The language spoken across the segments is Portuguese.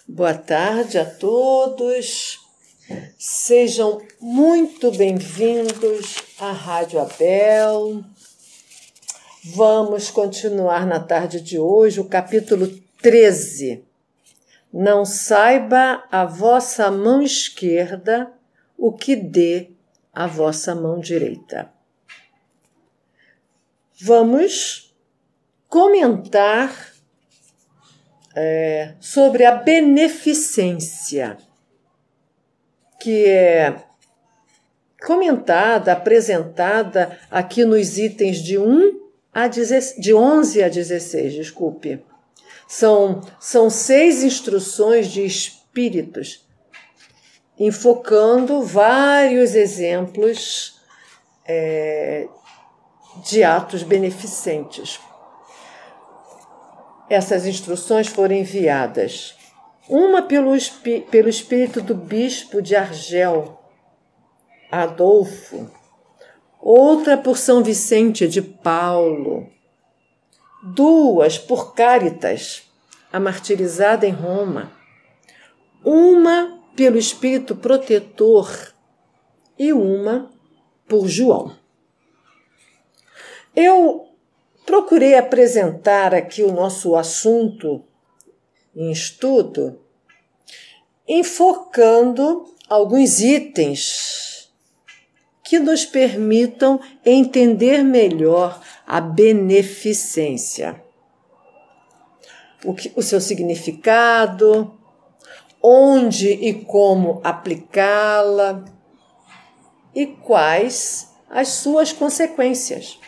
Boa tarde a todos, sejam muito bem-vindos à Rádio Abel. Vamos continuar na tarde de hoje o capítulo 13. Não saiba a vossa mão esquerda o que dê a vossa mão direita. Vamos comentar sobre a beneficência, que é comentada, apresentada aqui nos itens de 11 a 16, desculpe. São 6 instruções de espíritos, enfocando vários exemplos de atos beneficentes. Essas instruções foram enviadas, uma pelo espírito do bispo de Argel, Adolfo, outra por São Vicente de Paulo, 2 por Cáritas, a martirizada em Roma, uma pelo espírito protetor e uma por João. Eu procurei apresentar aqui o nosso assunto em estudo, enfocando alguns itens que nos permitam entender melhor a beneficência, o seu significado, onde e como aplicá-la e quais as suas consequências.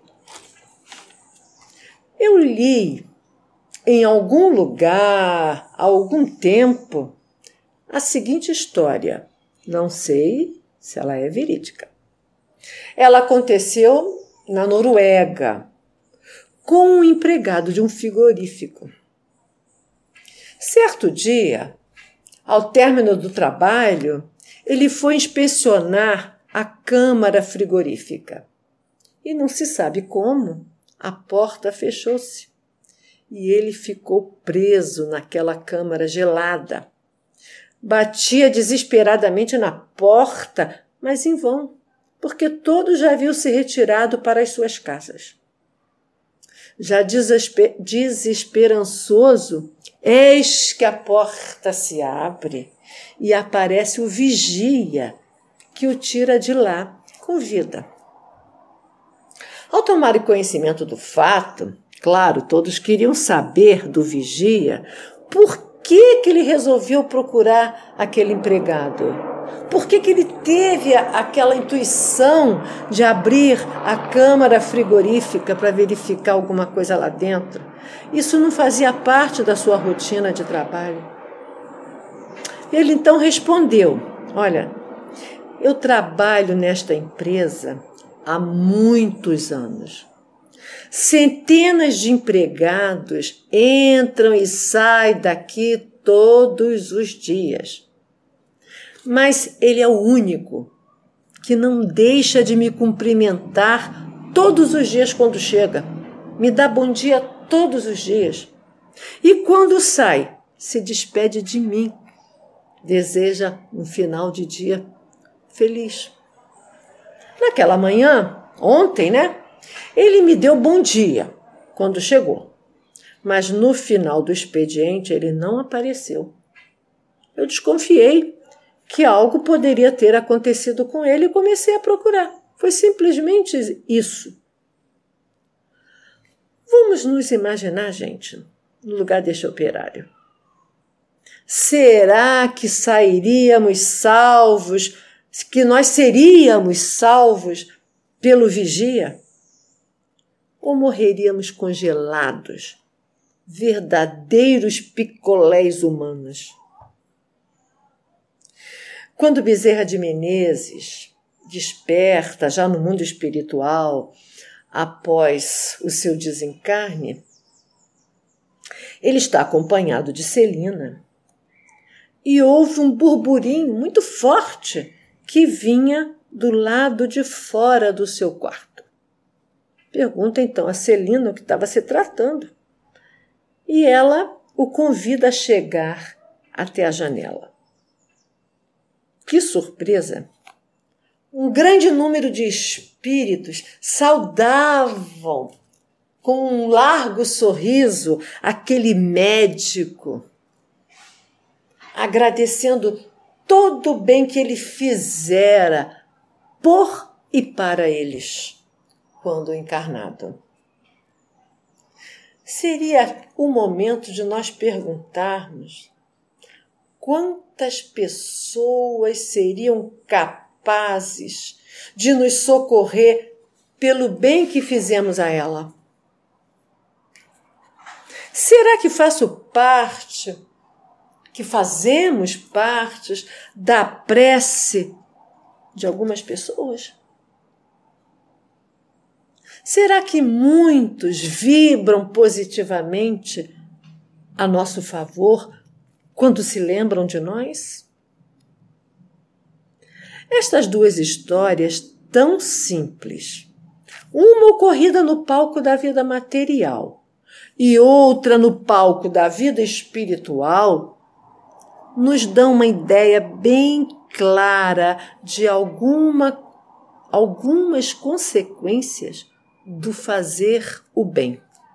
Eu li em algum lugar, há algum tempo, a seguinte história. Não sei se ela é verídica. Ela aconteceu na Noruega, com um empregado de um frigorífico. Certo dia, ao término do trabalho, ele foi inspecionar a câmara frigorífica. E não se sabe como, a porta fechou-se e ele ficou preso naquela câmara gelada. Batia desesperadamente na porta, mas em vão, porque todos já haviam se retirado para as suas casas. Já desesperançoso, eis que a porta se abre e aparece o vigia, que o tira de lá com vida. Ao tomarem conhecimento do fato, claro, todos queriam saber do vigia por que ele resolveu procurar aquele empregado. Por que ele teve aquela intuição de abrir a câmara frigorífica para verificar alguma coisa lá dentro? Isso não fazia parte da sua rotina de trabalho. Ele então respondeu: olha, eu trabalho nesta empresa há muitos anos. Centenas de empregados entram e saem daqui todos os dias. Mas ele é o único que não deixa de me cumprimentar todos os dias quando chega. Me dá bom dia todos os dias. E quando sai, se despede de mim. Deseja um final de dia feliz. Naquela manhã, ontem, ele me deu bom dia quando chegou. Mas no final do expediente ele não apareceu. Eu desconfiei que algo poderia ter acontecido com ele e comecei a procurar. Foi simplesmente isso. Vamos nos imaginar, gente, no lugar deste operário. Será que sairíamos salvos, que nós seríamos salvos pelo vigia? Ou morreríamos congelados, verdadeiros picolés humanos? Quando Bezerra de Menezes desperta já no mundo espiritual, após o seu desencarne, ele está acompanhado de Celina e houve um burburinho muito forte que vinha do lado de fora do seu quarto. Pergunta então a Celina o que estava se tratando. E ela o convida a chegar até a janela. Que surpresa! Um grande número de espíritos saudavam com um largo sorriso aquele médico, agradecendo todo o bem que ele fizera por e para eles, quando encarnado. Seria o momento de nós perguntarmos quantas pessoas seriam capazes de nos socorrer pelo bem que fizemos a ela. Será que fazemos parte da prece de algumas pessoas? Será que muitos vibram positivamente a nosso favor quando se lembram de nós? Estas duas histórias tão simples, uma ocorrida no palco da vida material e outra no palco da vida espiritual, nos dão uma ideia bem clara de algumas consequências do fazer o bem.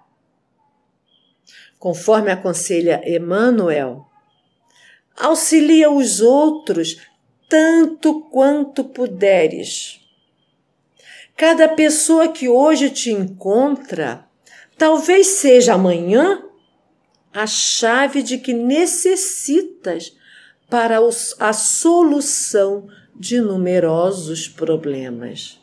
Conforme aconselha Emmanuel, auxilia os outros tanto quanto puderes. Cada pessoa que hoje te encontra, talvez seja amanhã a chave de que necessitas para a solução de numerosos problemas.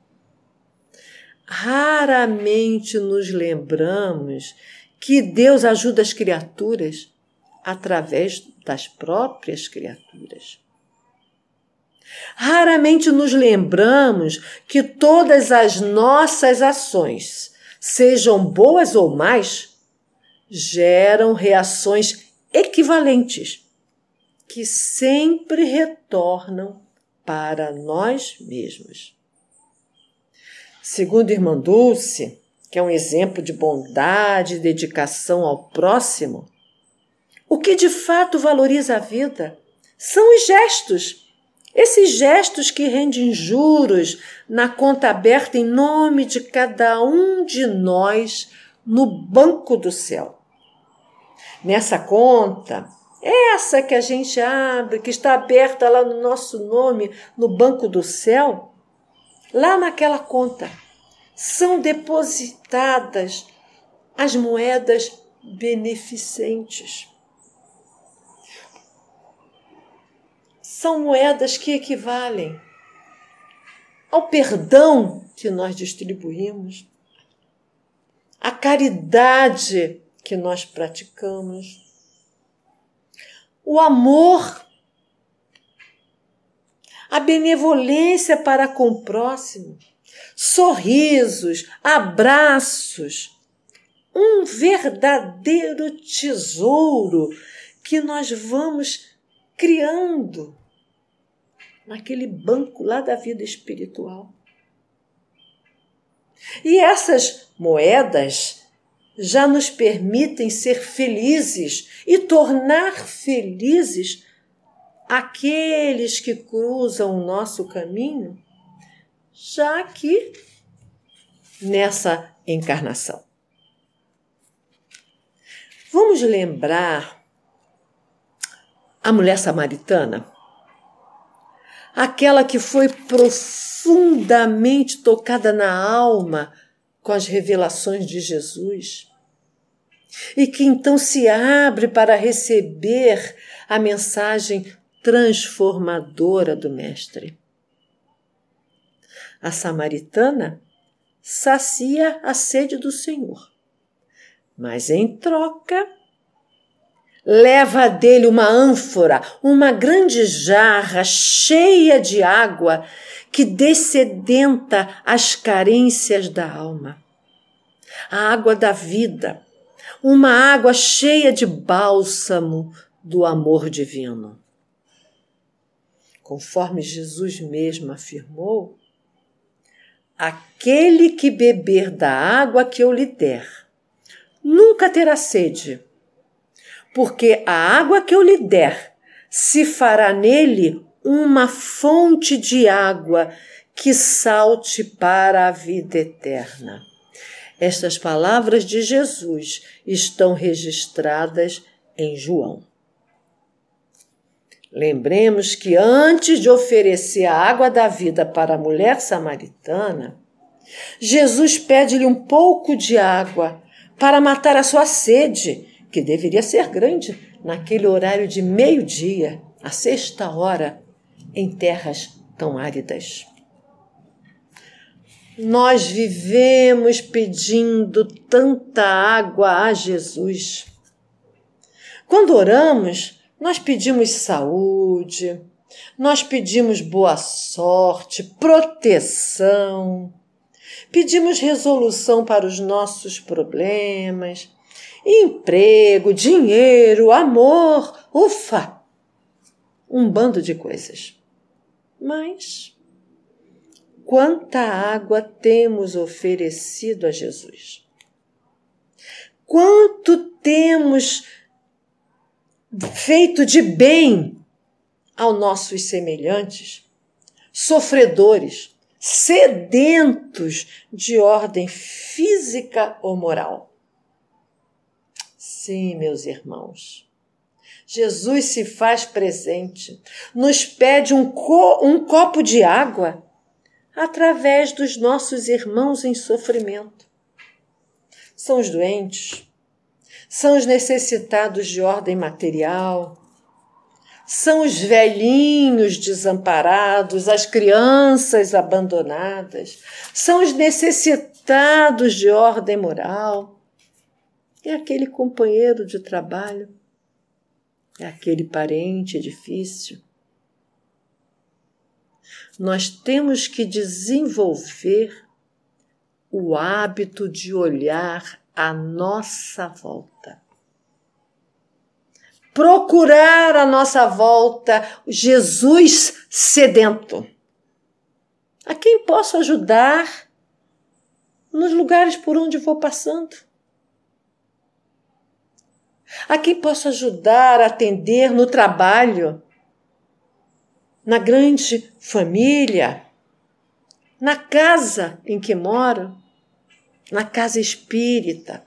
Raramente nos lembramos que Deus ajuda as criaturas através das próprias criaturas. Raramente nos lembramos que todas as nossas ações, sejam boas ou más, geram reações equivalentes que sempre retornam para nós mesmos. Segundo Irmã Dulce, que é um exemplo de bondade e dedicação ao próximo, o que de fato valoriza a vida são os gestos. Esses gestos que rendem juros na conta aberta em nome de cada um de nós no banco do céu. Nessa conta, essa que a gente abre, que está aberta lá no nosso nome, no banco do céu, lá naquela conta, são depositadas as moedas beneficentes. São moedas que equivalem ao perdão que nós distribuímos, à caridade que nós praticamos, o amor, a benevolência para com o próximo, sorrisos, abraços, um verdadeiro tesouro que nós vamos criando naquele banco lá da vida espiritual. E essas moedas já nos permitem ser felizes e tornar felizes aqueles que cruzam o nosso caminho, já aqui nessa encarnação. Vamos lembrar a mulher samaritana? Aquela que foi profundamente tocada na alma com as revelações de Jesus e que então se abre para receber a mensagem transformadora do Mestre. A samaritana sacia a sede do Senhor, mas em troca leva dele uma ânfora, uma grande jarra cheia de água que dessedenta as carências da alma. A água da vida, uma água cheia de bálsamo do amor divino. Conforme Jesus mesmo afirmou, aquele que beber da água que eu lhe der, nunca terá sede, porque a água que eu lhe der se fará nele uma fonte de água que salte para a vida eterna. Estas palavras de Jesus estão registradas em João. Lembremos que antes de oferecer a água da vida para a mulher samaritana, Jesus pede-lhe um pouco de água para matar a sua sede, que deveria ser grande naquele horário de meio-dia, a 6ª, em terras tão áridas. Nós vivemos pedindo tanta água a Jesus. Quando oramos, nós pedimos saúde, nós pedimos boa sorte, proteção, pedimos resolução para os nossos problemas, emprego, dinheiro, amor, ufa, um bando de coisas. Mas quanta água temos oferecido a Jesus? Quanto temos feito de bem aos nossos semelhantes, sofredores, sedentos de ordem física ou moral? Sim, meus irmãos, Jesus se faz presente, nos pede um copo de água através dos nossos irmãos em sofrimento. São os doentes, são os necessitados de ordem material, são os velhinhos desamparados, as crianças abandonadas, são os necessitados de ordem moral, é aquele companheiro de trabalho, é aquele parente difícil. Nós temos que desenvolver o hábito de olhar à nossa volta. Procurar à nossa volta Jesus sedento. A quem posso ajudar nos lugares por onde vou passando? A quem posso ajudar a atender no trabalho, na grande família, na casa em que moro, na casa espírita.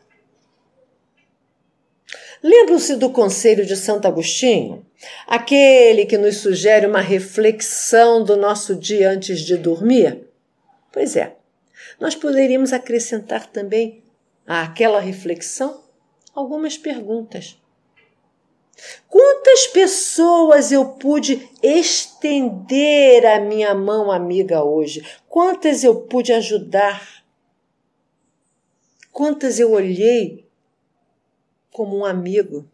Lembram-se do conselho de Santo Agostinho? Aquele que nos sugere uma reflexão do nosso dia antes de dormir? Pois é, nós poderíamos acrescentar também àquela reflexão algumas perguntas. Quantas pessoas eu pude estender a minha mão amiga hoje? Quantas eu pude ajudar? Quantas eu olhei como um amigo?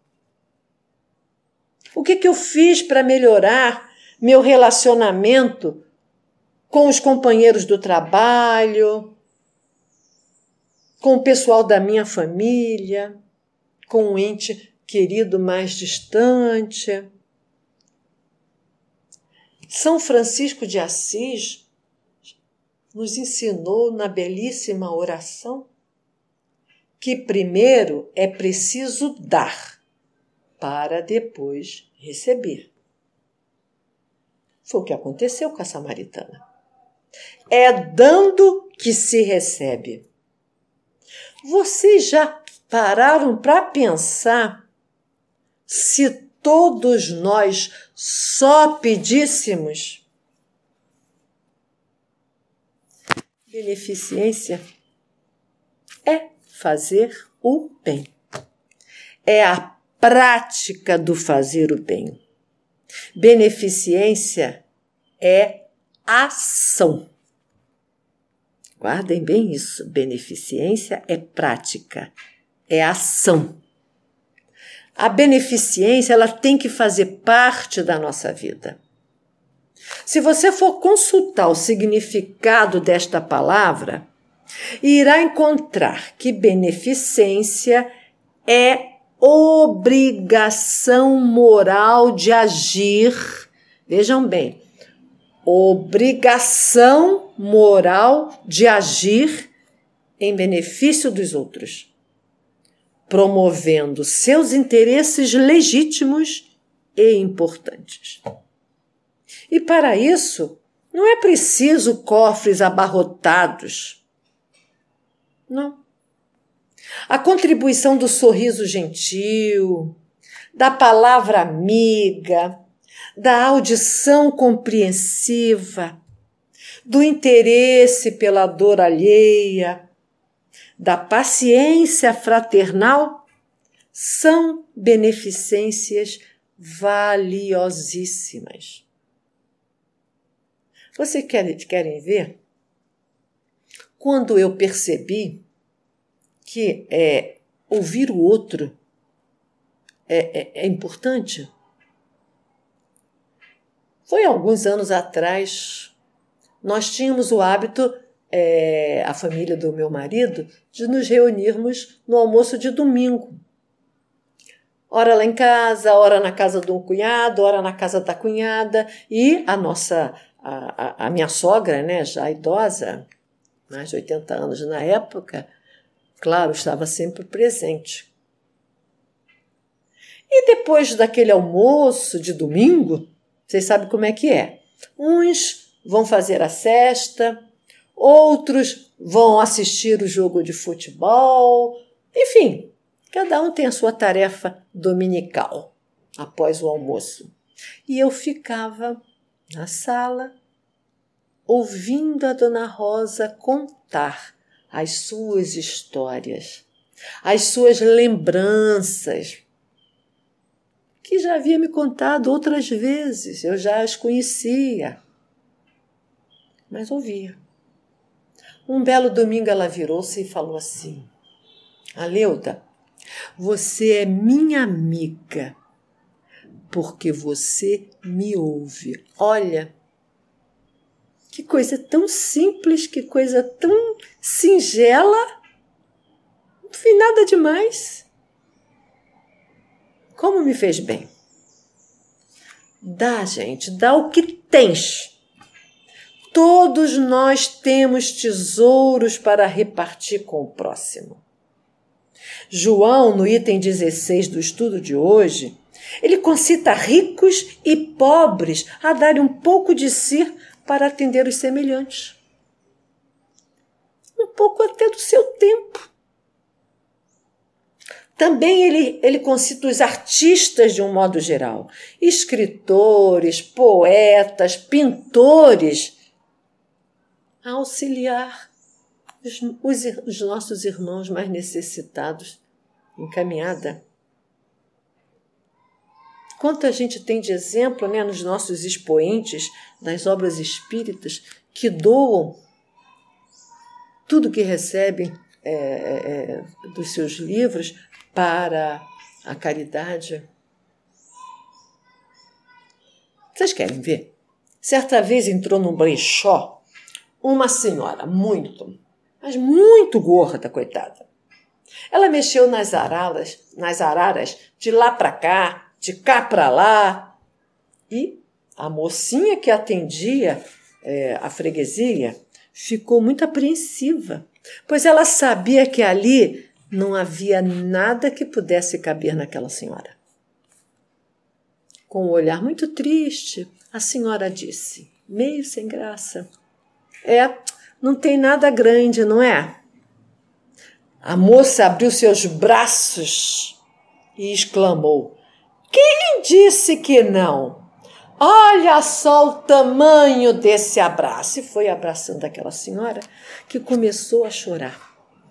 O que eu fiz para melhorar meu relacionamento com os companheiros do trabalho, com o pessoal da minha família, com um ente querido mais distante? São Francisco de Assis nos ensinou na belíssima oração que primeiro é preciso dar para depois receber. Foi o que aconteceu com a samaritana. É dando que se recebe. Vocês já pararam para pensar se todos nós só pedíssemos? Beneficência é fazer o bem. É a prática do fazer o bem. Beneficência é ação. Guardem bem isso. Beneficência é prática, é ação. A beneficência, ela tem que fazer parte da nossa vida. Se você for consultar o significado desta palavra, irá encontrar que beneficência é obrigação moral de agir. Vejam bem, obrigação moral de agir em benefício dos outros, promovendo seus interesses legítimos e importantes. E para isso, não é preciso cofres abarrotados. Não. A contribuição do sorriso gentil, da palavra amiga, da audição compreensiva, do interesse pela dor alheia, da paciência fraternal, são beneficências valiosíssimas. Vocês querem ver? Quando eu percebi que ouvir o outro é importante, foi alguns anos atrás. Nós tínhamos o hábito, a família do meu marido, de nos reunirmos no almoço de domingo. Ora lá em casa, ora na casa do cunhado, ora na casa da cunhada. E a minha sogra, né, já idosa, mais de 80 anos na época, claro, estava sempre presente. E depois daquele almoço de domingo, vocês sabem como é que é. Uns vão fazer a cesta, outros vão assistir o jogo de futebol. Enfim, cada um tem a sua tarefa dominical após o almoço. E eu ficava na sala ouvindo a Dona Rosa contar as suas histórias, as suas lembranças, que já havia me contado outras vezes, eu já as conhecia, mas ouvia. Um belo domingo ela virou-se e falou assim: Aleuda, você é minha amiga, porque você me ouve. Olha, que coisa tão simples, que coisa tão singela, não fiz nada demais. Como me fez bem. Dá, gente, dá o que tens. Todos nós temos tesouros para repartir com o próximo. João, no item 16 do estudo de hoje, ele concita ricos e pobres a darem um pouco de si para atender os semelhantes. Um pouco até do seu tempo. Também ele concita os artistas de um modo geral. Escritores, poetas, pintores, a auxiliar os nossos irmãos mais necessitados em caminhada. Quanta gente tem de exemplo, né, nos nossos expoentes das obras espíritas que doam tudo que recebem dos seus livros para a caridade. Vocês querem ver? Certa vez entrou num brechó uma senhora mas muito gorda, coitada. Ela mexeu nas araras de lá para cá, de cá para lá, e a mocinha que atendia a freguesia ficou muito apreensiva, pois ela sabia que ali não havia nada que pudesse caber naquela senhora. Com um olhar muito triste, a senhora disse, meio sem graça, não tem nada grande, não é? A moça abriu seus braços e exclamou, quem disse que não? Olha só o tamanho desse abraço. E foi abraçando aquela senhora que começou a chorar.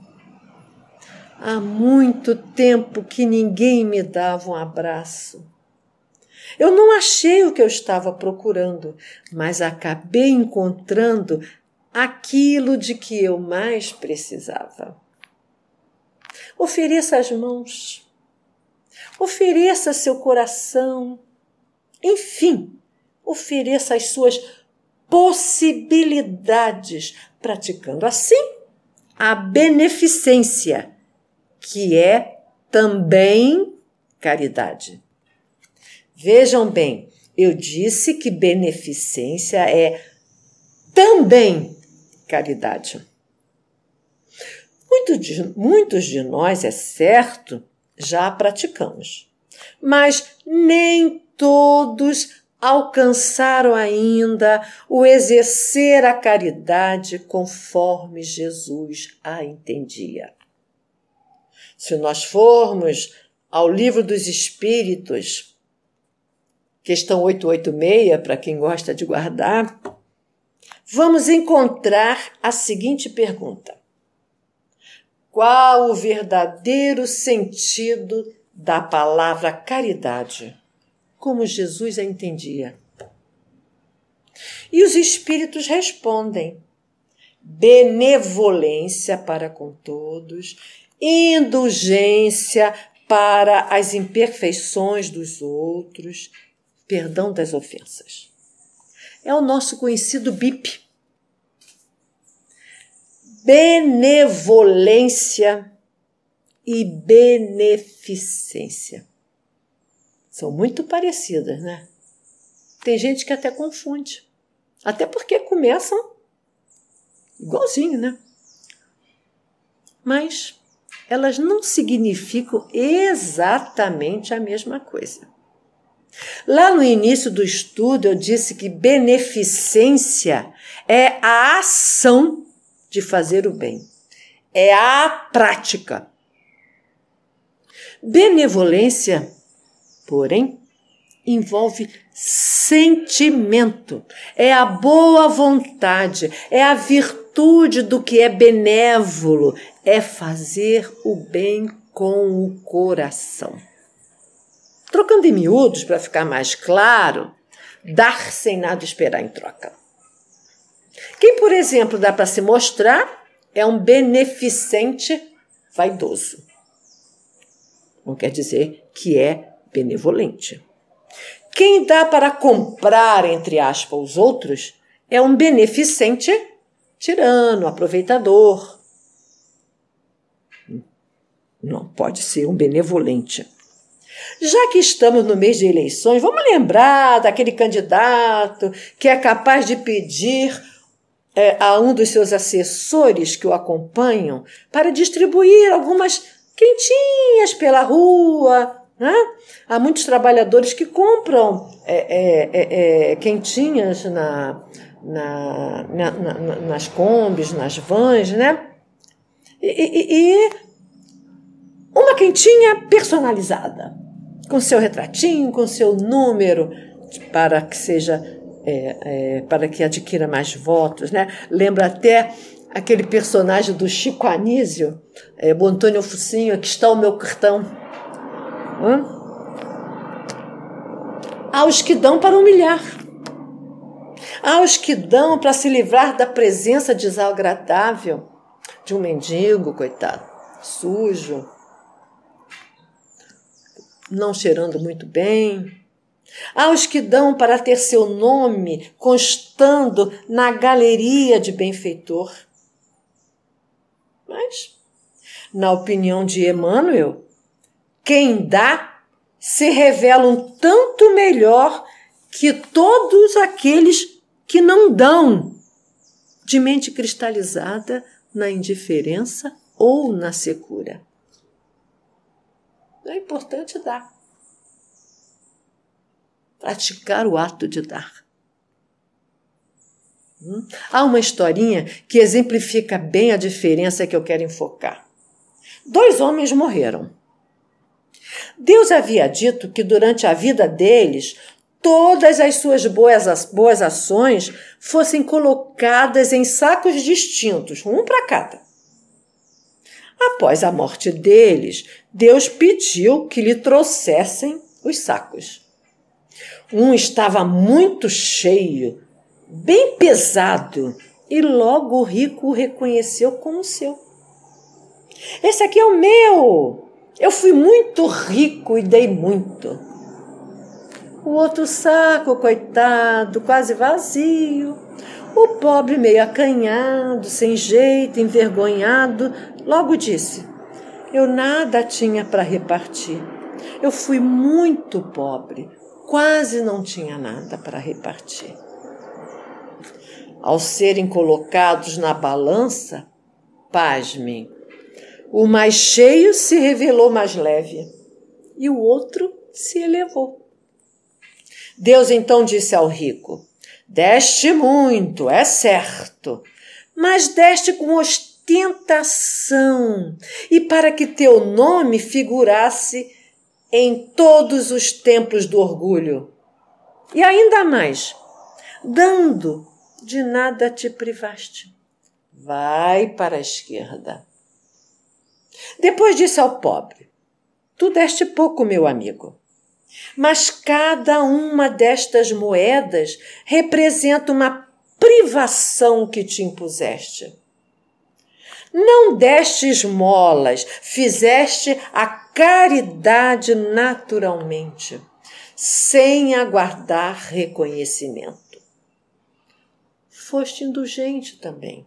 Há muito tempo que ninguém me dava um abraço. Eu não achei o que eu estava procurando, mas acabei encontrando aquilo de que eu mais precisava. Ofereça as mãos, ofereça seu coração, enfim, ofereça as suas possibilidades, praticando assim a beneficência, que é também caridade. Vejam bem, eu disse que beneficência é também caridade. Muitos de nós, é certo, já a praticamos, mas nem todos alcançaram ainda o exercer a caridade conforme Jesus a entendia. Se nós formos ao Livro dos Espíritos, questão 886, para quem gosta de guardar, vamos encontrar a seguinte pergunta: qual o verdadeiro sentido da palavra caridade, como Jesus a entendia? E os espíritos respondem: benevolência para com todos, indulgência para as imperfeições dos outros, perdão das ofensas. É o nosso conhecido BIP. Benevolência e beneficência. São muito parecidas, né? Tem gente que até confunde. Até porque começam igualzinho, né? Mas elas não significam exatamente a mesma coisa. Lá no início do estudo eu disse que beneficência é a ação de fazer o bem. É a prática. Benevolência, porém, envolve sentimento. É a boa vontade, é a virtude do que é benévolo, é fazer o bem com o coração. Trocando em miúdos, para ficar mais claro, dar sem nada esperar em troca. Quem, por exemplo, dá para se mostrar é um beneficente vaidoso. Não quer dizer que é benevolente. Quem dá para comprar, entre aspas, os outros é um beneficente tirano, aproveitador. Não pode ser um benevolente. Já que estamos no mês de eleições, vamos lembrar daquele candidato que é capaz de pedir a um dos seus assessores que o acompanham para distribuir algumas quentinhas pela rua, né? Há muitos trabalhadores que compram quentinhas nas combis, nas vans, né? E uma quentinha personalizada, com seu retratinho, com seu número, para que seja, para que adquira mais votos, né? Lembra até aquele personagem do Chico Anísio, o Antônio Focinho, aqui está o meu cartão. Há os que dão para humilhar. Há os que dão para se livrar da presença desagradável de um mendigo, coitado, sujo, não cheirando muito bem. Há os que dão para ter seu nome constando na galeria de benfeitor. Mas, na opinião de Emmanuel, quem dá se revela um tanto melhor que todos aqueles que não dão, de mente cristalizada na indiferença ou na secura. É importante dar. Praticar o ato de dar. Há uma historinha que exemplifica bem a diferença que eu quero enfocar. 2 homens morreram. Deus havia dito que durante a vida deles, todas as suas boas ações fossem colocadas em sacos distintos, um para cada. Após a morte deles, Deus pediu que lhe trouxessem os sacos. Um estava muito cheio, bem pesado, e logo o rico o reconheceu como seu. Esse aqui é o meu! Eu fui muito rico e dei muito. O outro saco, coitado, quase vazio. O pobre, meio acanhado, sem jeito, envergonhado, logo disse: eu nada tinha para repartir. Eu fui muito pobre, quase não tinha nada para repartir. Ao serem colocados na balança, pasmem, O mais cheio se revelou mais leve, e o outro se elevou. Deus então disse ao rico: deste muito, é certo, mas deste com ostentação, e para que teu nome figurasse em todos os templos do orgulho. E ainda mais, dando, de nada te privaste. Vai para a esquerda. Depois disse ao pobre: tu deste pouco, meu amigo, mas cada uma destas moedas representa uma privação que te impuseste. Não deste esmolas, fizeste a caridade naturalmente, sem aguardar reconhecimento. Foste indulgente também.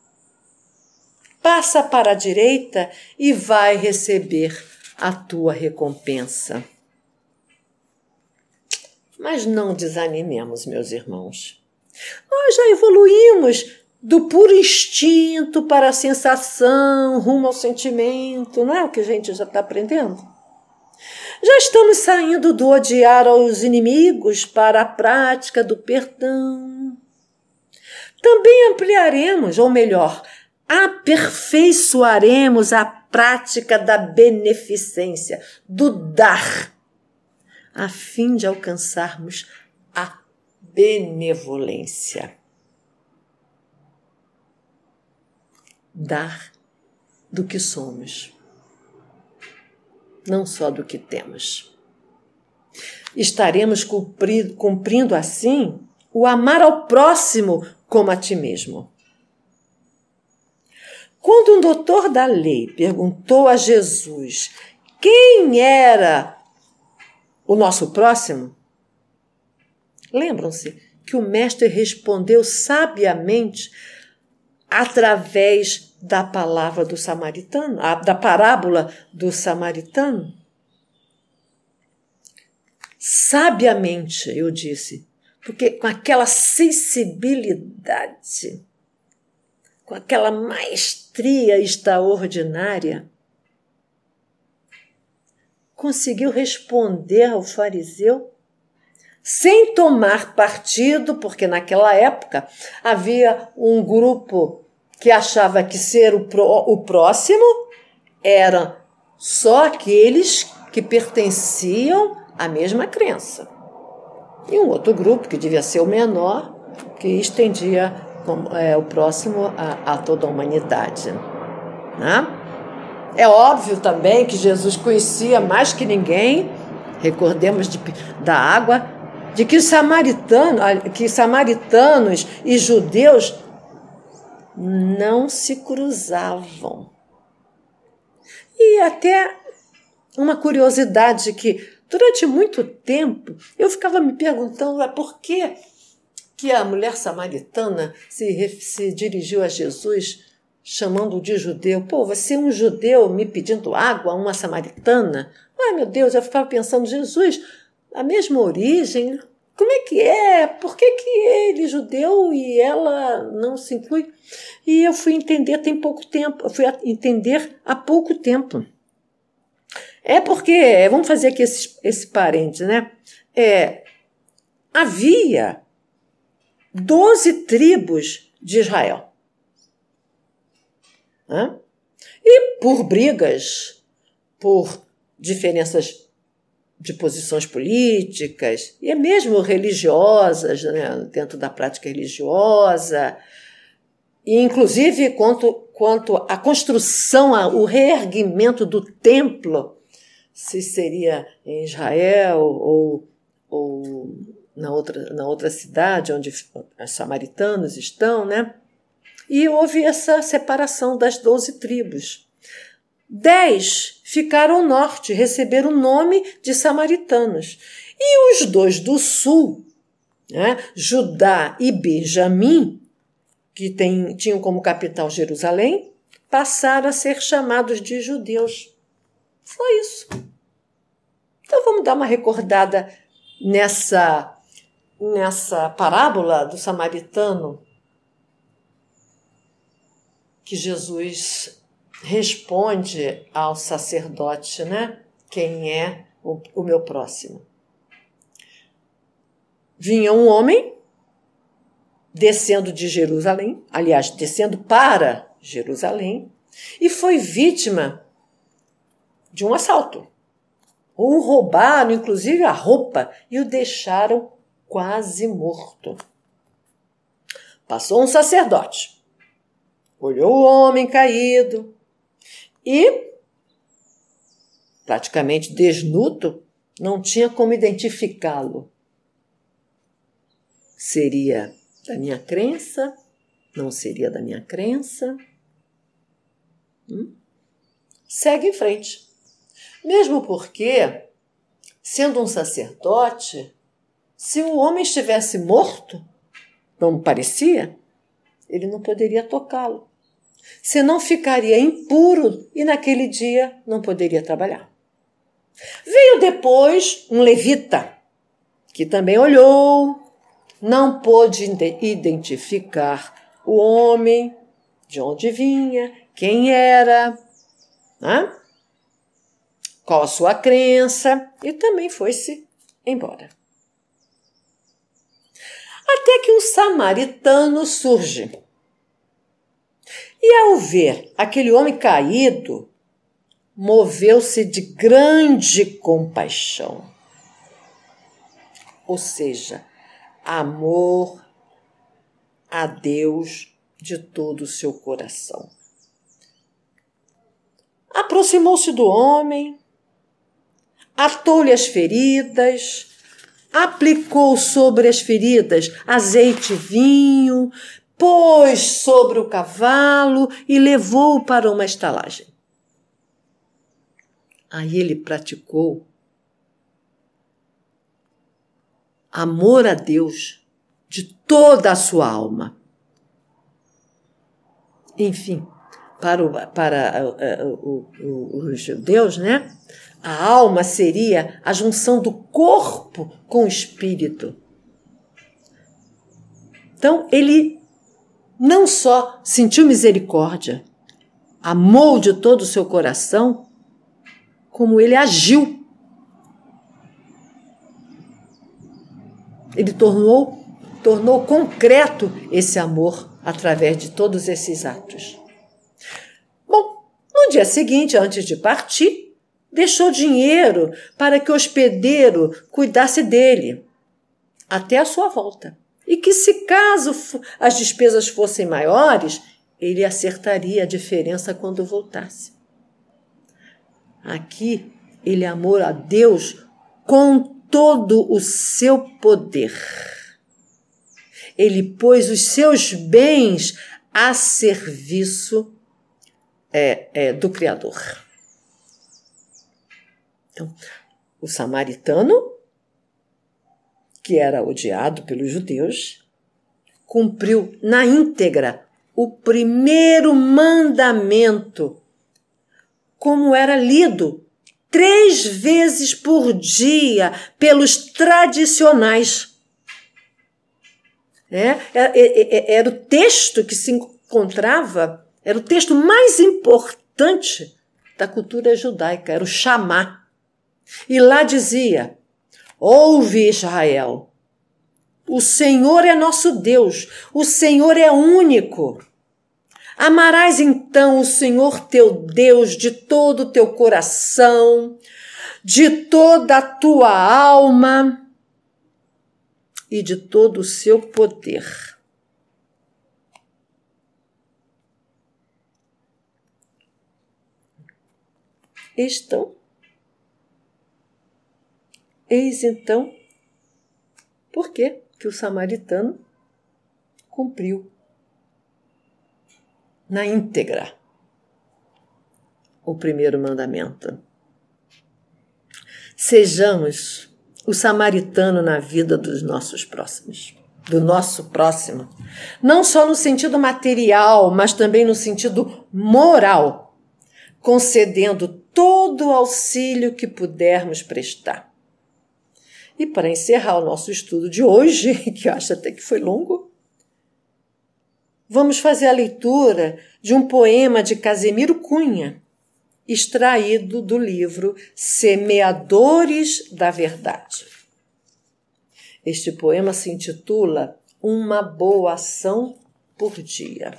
Passa para a direita e vai receber a tua recompensa. Mas não desanimemos, meus irmãos. Nós já evoluímos do puro instinto para a sensação, rumo ao sentimento, não é o que a gente já está aprendendo? Já estamos saindo do odiar aos inimigos para a prática do perdão. Também ampliaremos, ou melhor, aperfeiçoaremos a prática da beneficência, do dar, a fim de alcançarmos a benevolência. Dar do que somos, não só do que temos. Estaremos cumprindo assim o amar ao próximo como a ti mesmo. Quando um doutor da lei perguntou a Jesus quem era o nosso próximo, lembram-se que o mestre respondeu sabiamente através da palavra do samaritano, da parábola do samaritano? Sabiamente, eu disse, porque com aquela sensibilidade, com aquela maestria extraordinária, conseguiu responder ao fariseu sem tomar partido, porque naquela época havia um grupo que achava que ser o próximo eram só aqueles que pertenciam à mesma crença. E um outro grupo, que devia ser o menor, que estendia o próximo a toda a humanidade. Né? É óbvio também que Jesus conhecia mais que ninguém, recordemos da água, de que samaritanos e judeus não se cruzavam. E até uma curiosidade que, durante muito tempo, eu ficava me perguntando por que a mulher samaritana se dirigiu a Jesus chamando de judeu. Pô, você é um judeu me pedindo água, uma samaritana? Ai, meu Deus, eu ficava pensando, Jesus, a mesma origem, como é que é? Por que ele, judeu, e ela não se inclui? E eu fui entender há pouco tempo. É porque, vamos fazer aqui esse parênteses, né? Havia 12 tribos de Israel. Né? E por brigas, por diferenças de posições políticas, e mesmo religiosas, né? Dentro da prática religiosa, e inclusive quanto à construção, o reerguimento do templo, se seria em Israel ou na outra cidade onde os samaritanos estão, né? E houve essa separação das 12 tribos. 10 ficaram ao norte, receberam o nome de samaritanos. E os 2 do sul, né, Judá e Benjamim, que tinham como capital Jerusalém, passaram a ser chamados de judeus. Só isso. Então vamos dar uma recordada nessa parábola do samaritano que Jesus responde ao sacerdote, né? Quem é o meu próximo? Vinha um homem descendo de Jerusalém, aliás, descendo para Jerusalém, e foi vítima de um assalto. O roubaram, inclusive, a roupa e o deixaram quase morto. Passou um sacerdote, olhou o homem caído e, praticamente desnudo, não tinha como identificá-lo. Seria da minha crença? Não seria da minha crença? Segue em frente. Mesmo porque, sendo um sacerdote, se o homem estivesse morto, como parecia, ele não poderia tocá-lo. Senão ficaria impuro e naquele dia não poderia trabalhar. Veio depois um levita, que também olhou, não pôde identificar o homem, de onde vinha, quem era, né? Qual a sua crença, e também foi-se embora. Até que um samaritano surge. E ao ver aquele homem caído, moveu-se de grande compaixão. Ou seja, amor a Deus de todo o seu coração. Aproximou-se do homem, atou-lhe as feridas, aplicou sobre as feridas azeite e vinho, pôs sobre o cavalo e levou-o para uma estalagem. Aí ele praticou amor a Deus de toda a sua alma. Enfim, para os judeus, né? A alma seria a junção do corpo com o espírito. Então, ele não só sentiu misericórdia, amou de todo o seu coração, como ele agiu. Ele tornou concreto esse amor através de todos esses atos. Bom, no dia seguinte, antes de partir, deixou dinheiro para que o hospedeiro cuidasse dele até a sua volta. E que, se caso as despesas fossem maiores, ele acertaria a diferença quando voltasse. Aqui, ele amou a Deus com todo o seu poder. Ele pôs os seus bens a serviço do Criador. Então, o samaritano, que era odiado pelos judeus, cumpriu na íntegra o primeiro mandamento, como era lido 3 vezes por dia pelos tradicionais. Era o texto que se encontrava, era o texto mais importante da cultura judaica, era o Shamá. E lá dizia: ouve, Israel, o Senhor é nosso Deus, o Senhor é único. Amarás então o Senhor teu Deus de todo o teu coração, de toda a tua alma e de todo o seu poder. Eis então por que o samaritano cumpriu na íntegra o primeiro mandamento. Sejamos o samaritano na vida dos nossos próximos, do nosso próximo, não só no sentido material, mas também no sentido moral, concedendo todo o auxílio que pudermos prestar. E para encerrar o nosso estudo de hoje, que eu acho até que foi longo, vamos fazer a leitura de um poema de Casemiro Cunha, extraído do livro Semeadores da Verdade. Este poema se intitula Uma Boa Ação por Dia.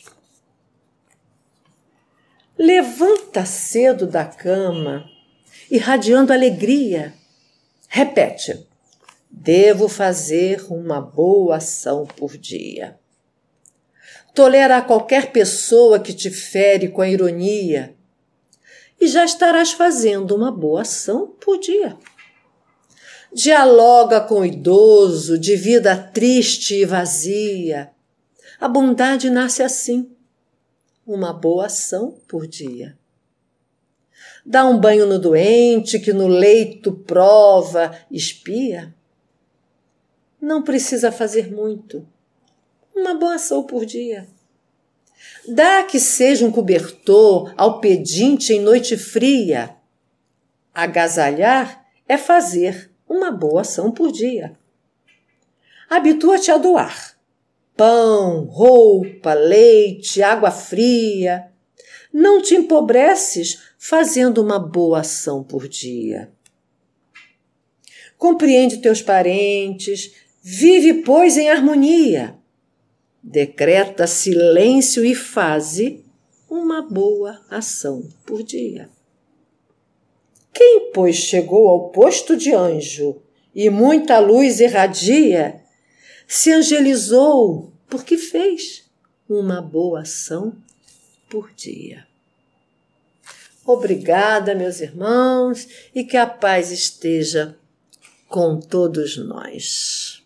Levanta cedo da cama, irradiando alegria. Repete: devo fazer uma boa ação por dia. Tolera a qualquer pessoa que te fere com a ironia e já estarás fazendo uma boa ação por dia. Dialoga com o idoso de vida triste e vazia. A bondade nasce assim, uma boa ação por dia. Dá um banho no doente que no leito prova, espia. Não precisa fazer muito, uma boa ação por dia. Dá que seja um cobertor ao pedinte em noite fria. Agasalhar é fazer uma boa ação por dia. Habitua-te a doar pão, roupa, leite, água fria. Não te empobreces fazendo uma boa ação por dia. Compreende teus parentes, vive, pois, em harmonia. Decreta silêncio e faze uma boa ação por dia. Quem, pois, chegou ao posto de anjo e muita luz irradia, se angelizou porque fez uma boa ação por dia. Obrigada, meus irmãos, e que a paz esteja com todos nós.